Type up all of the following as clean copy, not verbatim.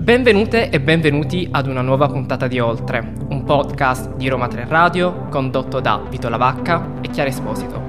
Benvenute e benvenuti ad una nuova puntata di Oltre, un podcast di Roma 3 Radio condotto da Vito Lavacca e Chiara Esposito.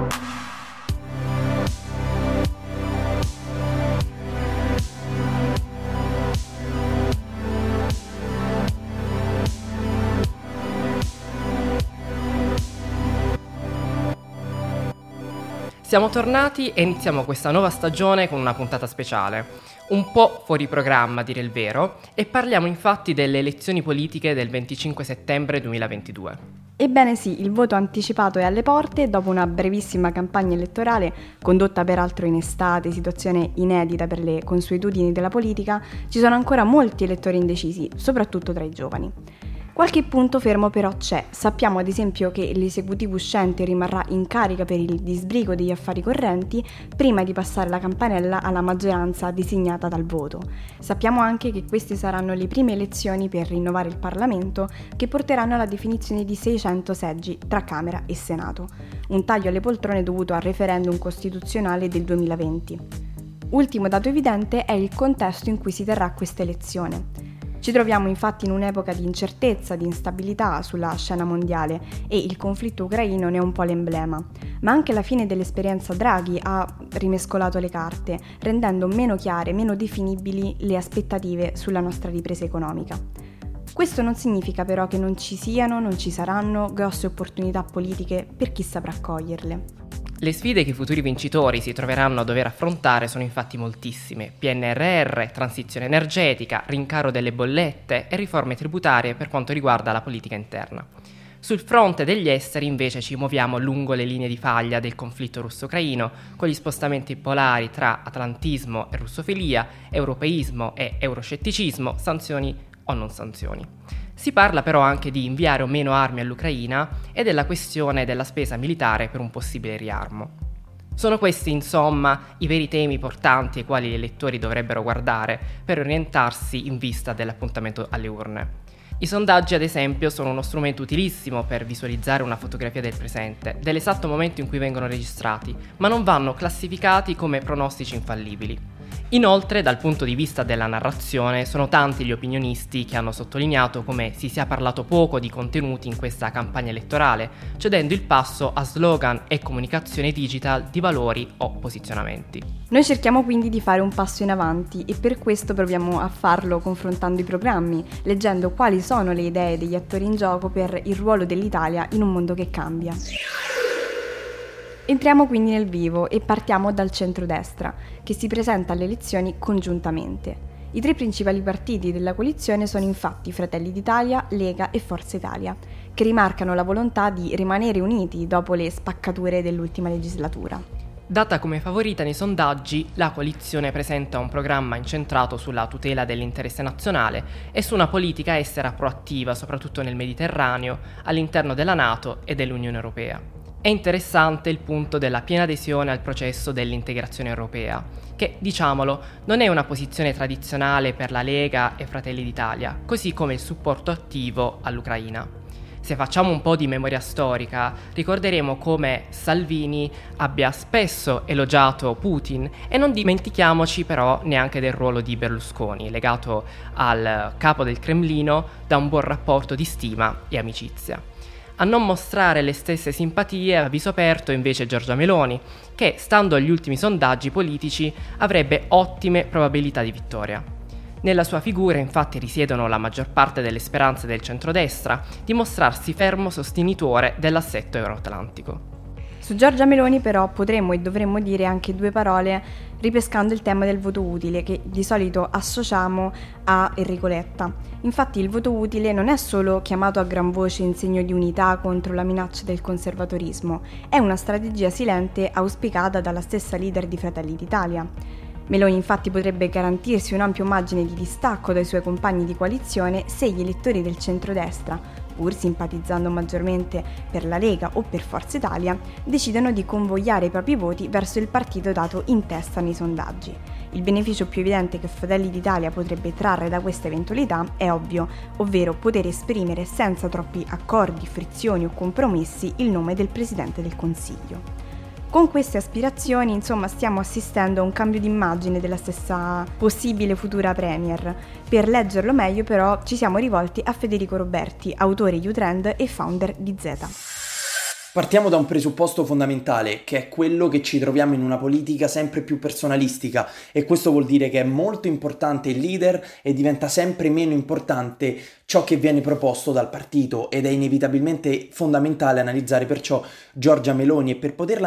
Siamo tornati e iniziamo questa nuova stagione con una puntata speciale, un po' fuori programma a dire il vero, e parliamo infatti delle elezioni politiche del 25 settembre 2022. Ebbene sì, il voto anticipato è alle porte. Dopo una brevissima campagna elettorale, condotta peraltro in estate, situazione inedita per le consuetudini della politica, ci sono ancora molti elettori indecisi, soprattutto tra i giovani. Qualche punto fermo però c'è. Sappiamo ad esempio che l'esecutivo uscente rimarrà in carica per il disbrigo degli affari correnti prima di passare la campanella alla maggioranza designata dal voto. Sappiamo anche che queste saranno le prime elezioni per rinnovare il Parlamento che porteranno alla definizione di 600 seggi tra Camera e Senato, un taglio alle poltrone dovuto al referendum costituzionale del 2020. Ultimo dato evidente è il contesto in cui si terrà questa elezione. Ci troviamo infatti in un'epoca di incertezza, di instabilità sulla scena mondiale e il conflitto ucraino ne è un po' l'emblema. Ma anche la fine dell'esperienza Draghi ha rimescolato le carte, rendendo meno chiare, meno definibili le aspettative sulla nostra ripresa economica. Questo non significa però che non ci siano, non ci saranno grosse opportunità politiche per chi saprà coglierle. Le sfide che i futuri vincitori si troveranno a dover affrontare sono infatti moltissime: PNRR, transizione energetica, rincaro delle bollette e riforme tributarie per quanto riguarda la politica interna. Sul fronte degli esteri invece ci muoviamo lungo le linee di faglia del conflitto russo-ucraino, con gli spostamenti polari tra atlantismo e russofilia, europeismo e euroscetticismo, sanzioni o non sanzioni. Si parla però anche di inviare o meno armi all'Ucraina e della questione della spesa militare per un possibile riarmo. Sono questi, insomma, i veri temi portanti ai quali gli elettori dovrebbero guardare per orientarsi in vista dell'appuntamento alle urne. I sondaggi, ad esempio, sono uno strumento utilissimo per visualizzare una fotografia del presente, dell'esatto momento in cui vengono registrati, ma non vanno classificati come pronostici infallibili. Inoltre, dal punto di vista della narrazione, sono tanti gli opinionisti che hanno sottolineato come si sia parlato poco di contenuti in questa campagna elettorale, cedendo il passo a slogan e comunicazione digital di valori o posizionamenti. Noi cerchiamo quindi di fare un passo in avanti e per questo proviamo a farlo confrontando i programmi, leggendo quali sono le idee degli attori in gioco per il ruolo dell'Italia in un mondo che cambia. Entriamo quindi nel vivo e partiamo dal centrodestra, che si presenta alle elezioni congiuntamente. I tre principali partiti della coalizione sono infatti Fratelli d'Italia, Lega e Forza Italia, che rimarcano la volontà di rimanere uniti dopo le spaccature dell'ultima legislatura. Data come favorita nei sondaggi, la coalizione presenta un programma incentrato sulla tutela dell'interesse nazionale e su una politica estera proattiva, soprattutto nel Mediterraneo, all'interno della NATO e dell'Unione Europea. È interessante il punto della piena adesione al processo dell'integrazione europea, che, diciamolo, non è una posizione tradizionale per la Lega e Fratelli d'Italia, così come il supporto attivo all'Ucraina. Se facciamo un po' di memoria storica, ricorderemo come Salvini abbia spesso elogiato Putin e non dimentichiamoci però neanche del ruolo di Berlusconi, legato al capo del Cremlino da un buon rapporto di stima e amicizia. A non mostrare le stesse simpatie a viso aperto invece Giorgia Meloni, che, stando agli ultimi sondaggi politici, avrebbe ottime probabilità di vittoria. Nella sua figura infatti risiedono la maggior parte delle speranze del centrodestra di mostrarsi fermo sostenitore dell'assetto euroatlantico. Su Giorgia Meloni però potremmo e dovremmo dire anche due parole ripescando il tema del voto utile che di solito associamo a Enrico Letta. Infatti il voto utile non è solo chiamato a gran voce in segno di unità contro la minaccia del conservatorismo, è una strategia silente auspicata dalla stessa leader di Fratelli d'Italia. Meloni infatti potrebbe garantirsi un ampio margine di distacco dai suoi compagni di coalizione se gli elettori del centrodestra, pur simpatizzando maggiormente per la Lega o per Forza Italia, decidono di convogliare i propri voti verso il partito dato in testa nei sondaggi. Il beneficio più evidente che Fratelli d'Italia potrebbe trarre da questa eventualità è ovvio, ovvero poter esprimere senza troppi accordi, frizioni o compromessi il nome del Presidente del Consiglio. Con queste aspirazioni, insomma, stiamo assistendo a un cambio d'immagine della stessa possibile futura premier. Per leggerlo meglio, però, ci siamo rivolti a Federico Roberti, autore U-Trend e founder di Z. Partiamo da un presupposto fondamentale, che è quello che ci troviamo in una politica sempre più personalistica, e questo vuol dire che è molto importante il leader e diventa sempre meno importante ciò che viene proposto dal partito, ed è inevitabilmente fondamentale analizzare perciò Giorgia Meloni, e per poter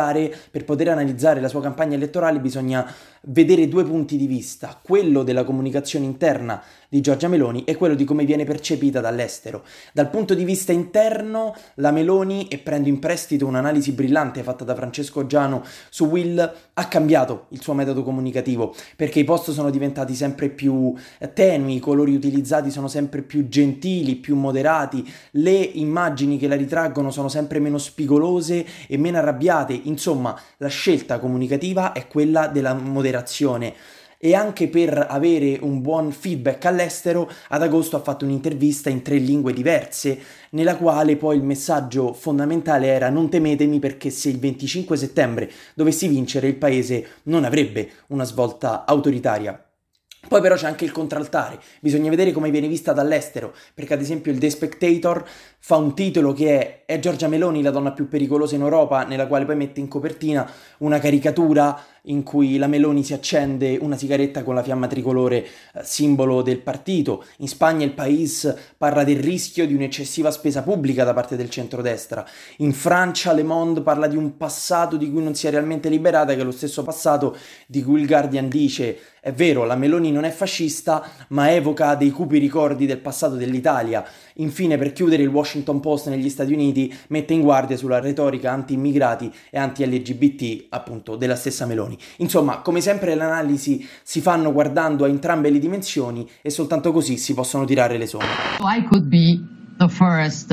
analizzare la sua campagna elettorale bisogna vedere due punti di vista: quello della comunicazione interna di Giorgia Meloni e quello di come viene percepita dall'estero. Dal punto di vista interno, la Meloni, e prendo in prestito un'analisi brillante fatta da Francesco Giano su Will, ha cambiato il suo metodo comunicativo, perché i post sono diventati sempre più tenui, i colori utilizzati sono sempre più gentili, più moderati, le immagini che la ritraggono sono sempre meno spigolose e meno arrabbiate. Insomma, la scelta comunicativa è quella della moderazione. E anche per avere un buon feedback all'estero, ad agosto ha fatto un'intervista in 3 lingue diverse, nella quale poi il messaggio fondamentale era: non temetemi, perché se il 25 settembre dovessi vincere, il paese non avrebbe una svolta autoritaria. Poi però c'è anche il contraltare, bisogna vedere come viene vista dall'estero, perché ad esempio il The Spectator fa un titolo che è Giorgia Meloni la donna più pericolosa in Europa, nella quale poi mette in copertina una caricatura in cui la Meloni si accende una sigaretta con la fiamma tricolore, simbolo del partito. In Spagna il País parla del rischio di un'eccessiva spesa pubblica da parte del centrodestra. In Francia Le Monde parla di un passato di cui non si è realmente liberata, che è lo stesso passato di cui il Guardian dice: è vero, la Meloni non è fascista, ma evoca dei cupi ricordi del passato dell'Italia. Infine, per chiudere, il Washington Post negli Stati Uniti mette in guardia sulla retorica anti-immigrati e anti-LGBT, appunto, della stessa Meloni. Insomma, come sempre le analisi si fanno guardando a entrambe le dimensioni, e soltanto così si possono tirare le somme. I could be the first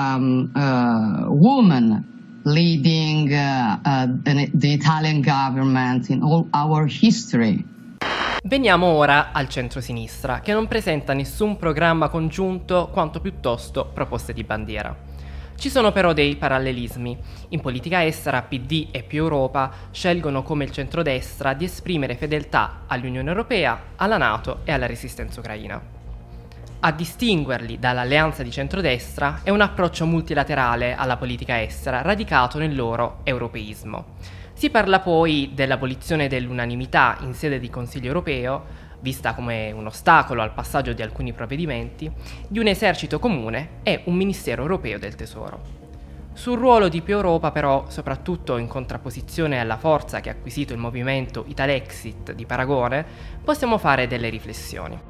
woman leading the Italian government in all our history. Veniamo ora al centro-sinistra, che non presenta nessun programma congiunto quanto piuttosto proposte di bandiera. Ci sono però dei parallelismi. In politica estera PD e Più Europa scelgono come il centrodestra di esprimere fedeltà all'Unione Europea, alla NATO e alla resistenza ucraina. A distinguerli dall'alleanza di centrodestra è un approccio multilaterale alla politica estera radicato nel loro europeismo. Si parla poi dell'abolizione dell'unanimità in sede di Consiglio europeo, vista come un ostacolo al passaggio di alcuni provvedimenti, di un esercito comune e un Ministero europeo del Tesoro. Sul ruolo di Più Europa, però, soprattutto in contrapposizione alla forza che ha acquisito il movimento Italexit di Paragone, possiamo fare delle riflessioni.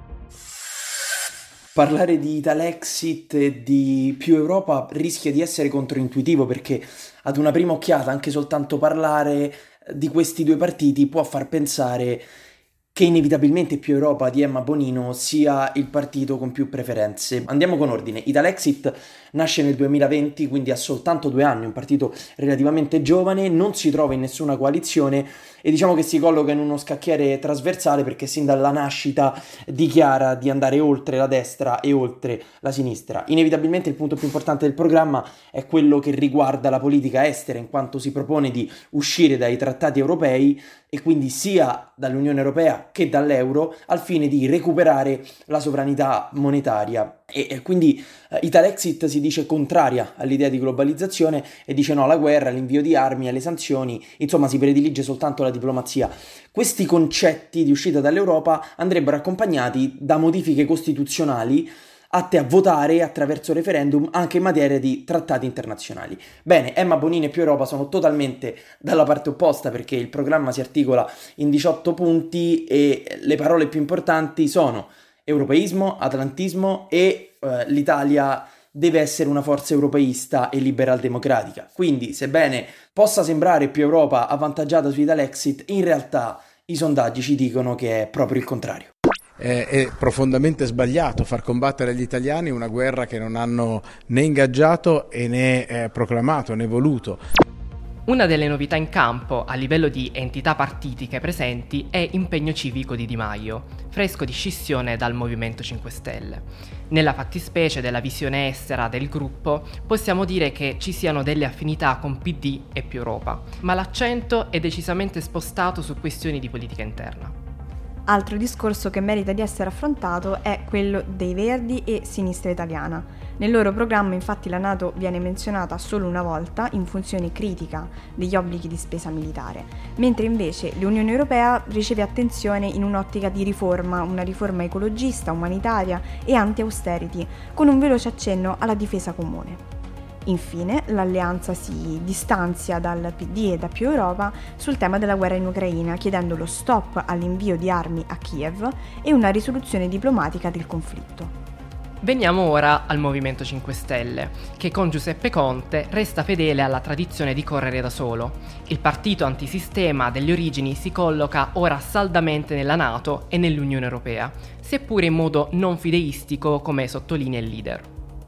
Parlare di Italexit e di Più Europa rischia di essere controintuitivo, perché ad una prima occhiata anche soltanto parlare di questi due partiti può far pensare che inevitabilmente Più Europa di Emma Bonino sia il partito con più preferenze. Andiamo con ordine. Italexit nasce nel 2020, quindi ha soltanto 2 anni, un partito relativamente giovane, non si trova in nessuna coalizione e diciamo che si colloca in uno scacchiere trasversale, perché sin dalla nascita dichiara di andare oltre la destra e oltre la sinistra. Inevitabilmente il punto più importante del programma è quello che riguarda la politica estera, in quanto si propone di uscire dai trattati europei e quindi sia dall'Unione Europea che dall'euro, al fine di recuperare la sovranità monetaria. E quindi Italexit si dice contraria all'idea di globalizzazione e dice no alla guerra, all'invio di armi, alle sanzioni, insomma si predilige soltanto la diplomazia. Questi concetti di uscita dall'Europa andrebbero accompagnati da modifiche costituzionali atte a votare attraverso referendum anche in materia di trattati internazionali. Bene, Emma Bonino e Più Europa sono totalmente dalla parte opposta, perché il programma si articola in 18 punti e le parole più importanti sono europeismo, atlantismo e l'Italia deve essere una forza europeista e liberal-democratica. Quindi, sebbene possa sembrare Più Europa avvantaggiata su Italexit, in realtà i sondaggi ci dicono che è proprio il contrario. È profondamente sbagliato far combattere agli italiani una guerra che non hanno né ingaggiato e né proclamato né voluto. Una delle novità in campo a livello di entità partitiche presenti è Impegno Civico di Di Maio, fresco di scissione dal Movimento 5 Stelle. Nella fattispecie della visione estera del gruppo possiamo dire che ci siano delle affinità con PD e più Europa, ma l'accento è decisamente spostato su questioni di politica interna. Altro discorso che merita di essere affrontato è quello dei Verdi e Sinistra Italiana. Nel loro programma infatti la NATO viene menzionata solo una volta in funzione critica degli obblighi di spesa militare, mentre invece l'Unione Europea riceve attenzione in un'ottica di riforma, una riforma ecologista, umanitaria e anti-austerity, con un veloce accenno alla difesa comune. Infine, l'alleanza si distanzia dal PD e da più Europa sul tema della guerra in Ucraina, chiedendo lo stop all'invio di armi a Kiev e una risoluzione diplomatica del conflitto. Veniamo ora al Movimento 5 Stelle, che con Giuseppe Conte resta fedele alla tradizione di correre da solo. Il partito antisistema delle origini si colloca ora saldamente nella NATO e nell'Unione Europea, seppure in modo non fideistico, come sottolinea il leader.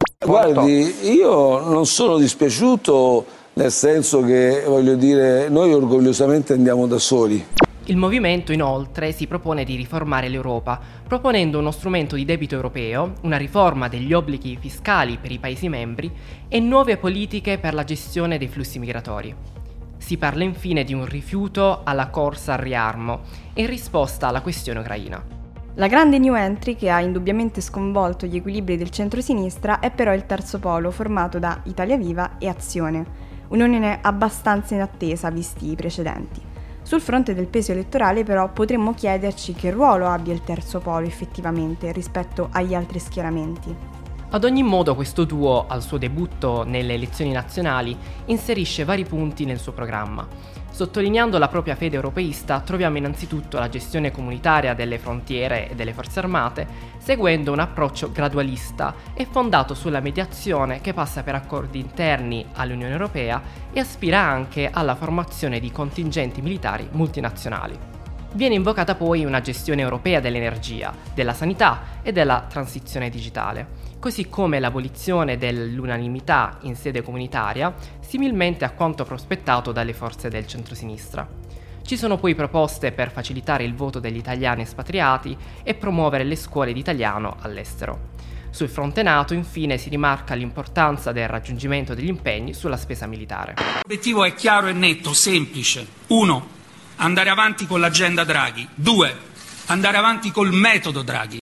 Guardi, io non sono dispiaciuto, nel senso che, voglio dire, noi orgogliosamente andiamo da soli. Il movimento inoltre si propone di riformare l'Europa, proponendo uno strumento di debito europeo, una riforma degli obblighi fiscali per i Paesi membri e nuove politiche per la gestione dei flussi migratori. Si parla infine di un rifiuto alla corsa al riarmo in risposta alla questione ucraina. La grande new entry che ha indubbiamente sconvolto gli equilibri del centro-sinistra è però il terzo polo formato da Italia Viva e Azione, un'unione abbastanza inattesa visti i precedenti. Sul fronte del peso elettorale però potremmo chiederci che ruolo abbia il terzo polo effettivamente rispetto agli altri schieramenti. Ad ogni modo questo duo, al suo debutto nelle elezioni nazionali, inserisce vari punti nel suo programma. Sottolineando la propria fede europeista, troviamo innanzitutto la gestione comunitaria delle frontiere e delle forze armate, seguendo un approccio gradualista e fondato sulla mediazione che passa per accordi interni all'Unione Europea e aspira anche alla formazione di contingenti militari multinazionali. Viene invocata poi una gestione europea dell'energia, della sanità e della transizione digitale, così come l'abolizione dell'unanimità in sede comunitaria, similmente a quanto prospettato dalle forze del centrosinistra. Ci sono poi proposte per facilitare il voto degli italiani espatriati e promuovere le scuole di italiano all'estero. Sul fronte NATO, infine, si rimarca l'importanza del raggiungimento degli impegni sulla spesa militare. L'obiettivo è chiaro e netto, semplice. 1. Andare avanti con l'agenda Draghi. 2. Andare avanti col metodo Draghi.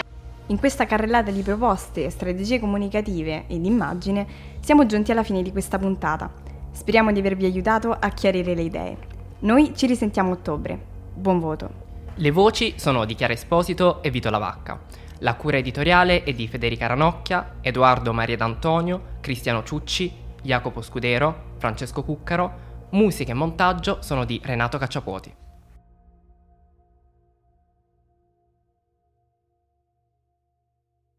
In questa carrellata di proposte, strategie comunicative ed immagine siamo giunti alla fine di questa puntata. Speriamo di avervi aiutato a chiarire le idee. Noi ci risentiamo a ottobre. Buon voto. Le voci sono di Chiara Esposito e Vito Lavacca. La cura editoriale è di Federica Ranocchia, Edoardo Maria D'Antonio, Cristiano Ciucci, Jacopo Scudero, Francesco Cuccaro. Musica e montaggio sono di Renato Cacciapuoti.